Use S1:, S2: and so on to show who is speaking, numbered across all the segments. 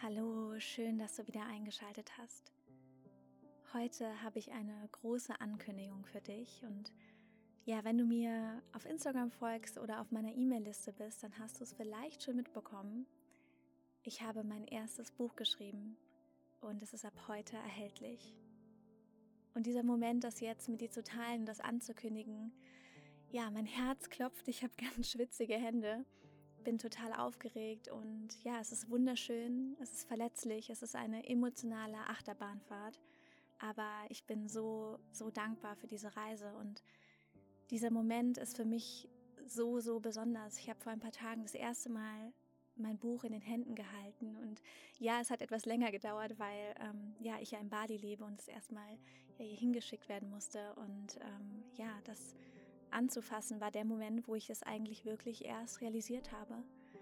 S1: Hallo, schön, dass du wieder eingeschaltet hast. Heute habe ich eine große Ankündigung für dich und ja, wenn du mir auf Instagram folgst oder auf meiner E-Mail-Liste bist, dann hast du es vielleicht schon mitbekommen. Ich habe mein erstes Buch geschrieben und es ist ab heute erhältlich. Und dieser Moment, das jetzt mit dir zu teilen, das anzukündigen, ja, mein Herz klopft, ich habe ganz schwitzige Hände. Bin total aufgeregt und ja, es ist wunderschön, es ist verletzlich, es ist eine emotionale Achterbahnfahrt, aber ich bin so dankbar für diese Reise und dieser Moment ist für mich so besonders. Ich habe vor ein paar Tagen das erste Mal mein Buch in den Händen gehalten und ja, es hat etwas länger gedauert, weil ich ja in Bali lebe und es erstmal hier hingeschickt werden musste und das anzufassen war der Moment, wo ich es eigentlich wirklich erst realisiert habe.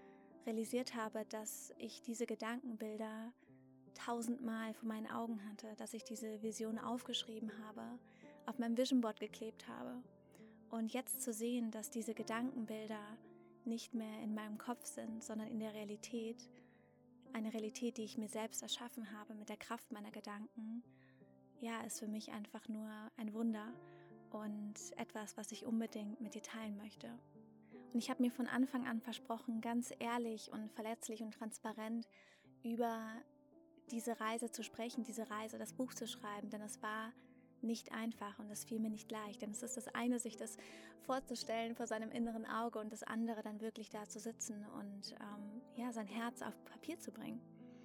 S1: Dass ich diese Gedankenbilder 1000-mal vor meinen Augen hatte, dass ich diese Vision aufgeschrieben habe, auf meinem Vision Board geklebt habe. Und jetzt zu sehen, dass diese Gedankenbilder nicht mehr in meinem Kopf sind, sondern in der Realität, eine Realität, die ich mir selbst erschaffen habe mit der Kraft meiner Gedanken, ja, ist für mich einfach nur ein Wunder und etwas, was ich unbedingt mit dir teilen möchte. Und ich habe mir von Anfang an versprochen, ganz ehrlich und verletzlich und transparent über diese Reise zu sprechen, diese Reise, das Buch zu schreiben, denn es war nicht einfach und es fiel mir nicht leicht, denn es ist das eine, sich das vorzustellen vor seinem inneren Auge und das andere dann wirklich da zu sitzen und sein Herz auf Papier zu bringen.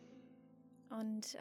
S1: Und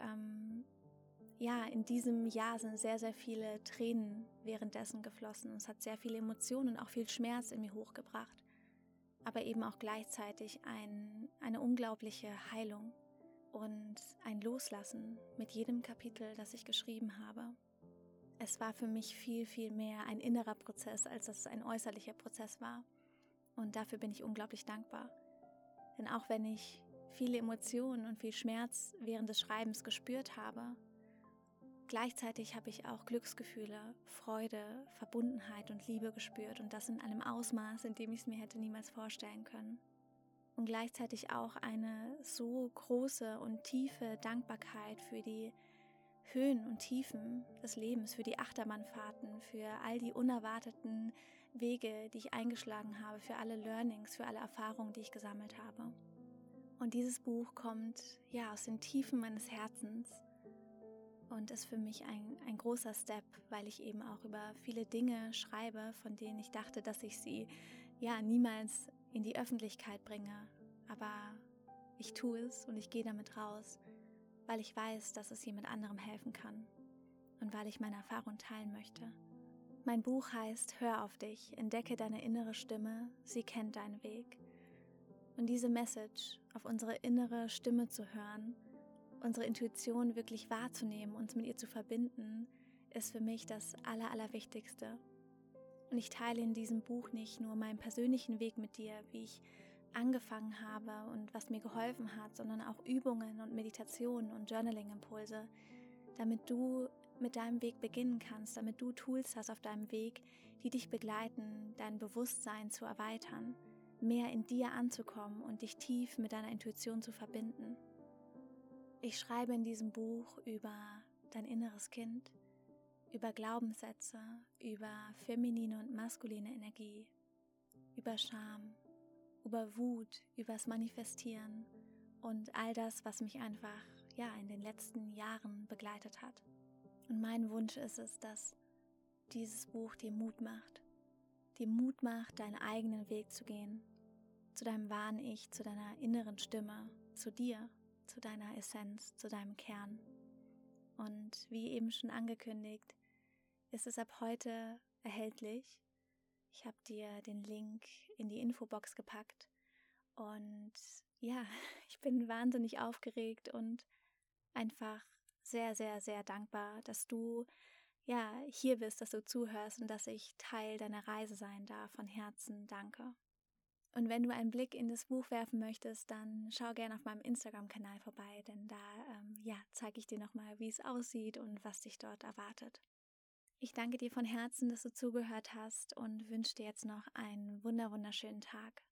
S1: in diesem Jahr sind sehr viele Tränen währenddessen geflossen. Es hat sehr viele Emotionen und auch viel Schmerz in mir hochgebracht, aber eben auch gleichzeitig eine unglaubliche Heilung und ein Loslassen mit jedem Kapitel, das ich geschrieben habe. Es war für mich viel mehr ein innerer Prozess, als dass es ein äußerlicher Prozess war. Und dafür bin ich unglaublich dankbar. Denn auch wenn ich viele Emotionen und viel Schmerz während des Schreibens gespürt habe, gleichzeitig habe ich auch Glücksgefühle, Freude, Verbundenheit und Liebe gespürt und das in einem Ausmaß, in dem ich es mir hätte niemals vorstellen können. Und gleichzeitig auch eine so große und tiefe Dankbarkeit für die Höhen und Tiefen des Lebens, für die Achterbahnfahrten, für all die unerwarteten Wege, die ich eingeschlagen habe, für alle Learnings, für alle Erfahrungen, die ich gesammelt habe. Und dieses Buch kommt aus den Tiefen meines Herzens und ist für mich ein großer Step, weil ich eben auch über viele Dinge schreibe, von denen ich dachte, dass ich sie niemals in die Öffentlichkeit bringe. Aber ich tue es und ich gehe damit raus, weil ich weiß, dass es jemand anderem helfen kann und weil ich meine Erfahrung teilen möchte. Mein Buch heißt Hör auf dich, entdecke deine innere Stimme, sie kennt deinen Weg. Und diese Message, auf unsere innere Stimme zu hören, unsere Intuition wirklich wahrzunehmen, uns mit ihr zu verbinden, ist für mich das Allerwichtigste. Und ich teile in diesem Buch nicht nur meinen persönlichen Weg mit dir, wie ich angefangen habe und was mir geholfen hat, sondern auch Übungen und Meditationen und Journaling-Impulse, damit du mit deinem Weg beginnen kannst, damit du Tools hast auf deinem Weg, die dich begleiten, dein Bewusstsein zu erweitern, mehr in dir anzukommen und dich tief mit deiner Intuition zu verbinden. Ich schreibe in diesem Buch über dein inneres Kind, über Glaubenssätze, über feminine und maskuline Energie, über Scham, über Wut, übers Manifestieren und all das, was mich einfach in den letzten Jahren begleitet hat. Und mein Wunsch ist es, dass dieses Buch dir Mut macht, deinen eigenen Weg zu gehen, zu deinem wahren Ich, zu deiner inneren Stimme, zu dir, zu deiner Essenz, zu deinem Kern. Und wie eben schon angekündigt, ist es ab heute erhältlich. Ich habe dir den Link in die Infobox gepackt und ich bin wahnsinnig aufgeregt und einfach sehr dankbar, dass du hier bist, dass du zuhörst und dass ich Teil deiner Reise sein darf. Von Herzen danke. Und wenn du einen Blick in das Buch werfen möchtest, dann schau gerne auf meinem Instagram-Kanal vorbei, denn da zeige ich dir nochmal, wie es aussieht und was dich dort erwartet. Ich danke dir von Herzen, dass du zugehört hast und wünsche dir jetzt noch einen wunderschönen Tag.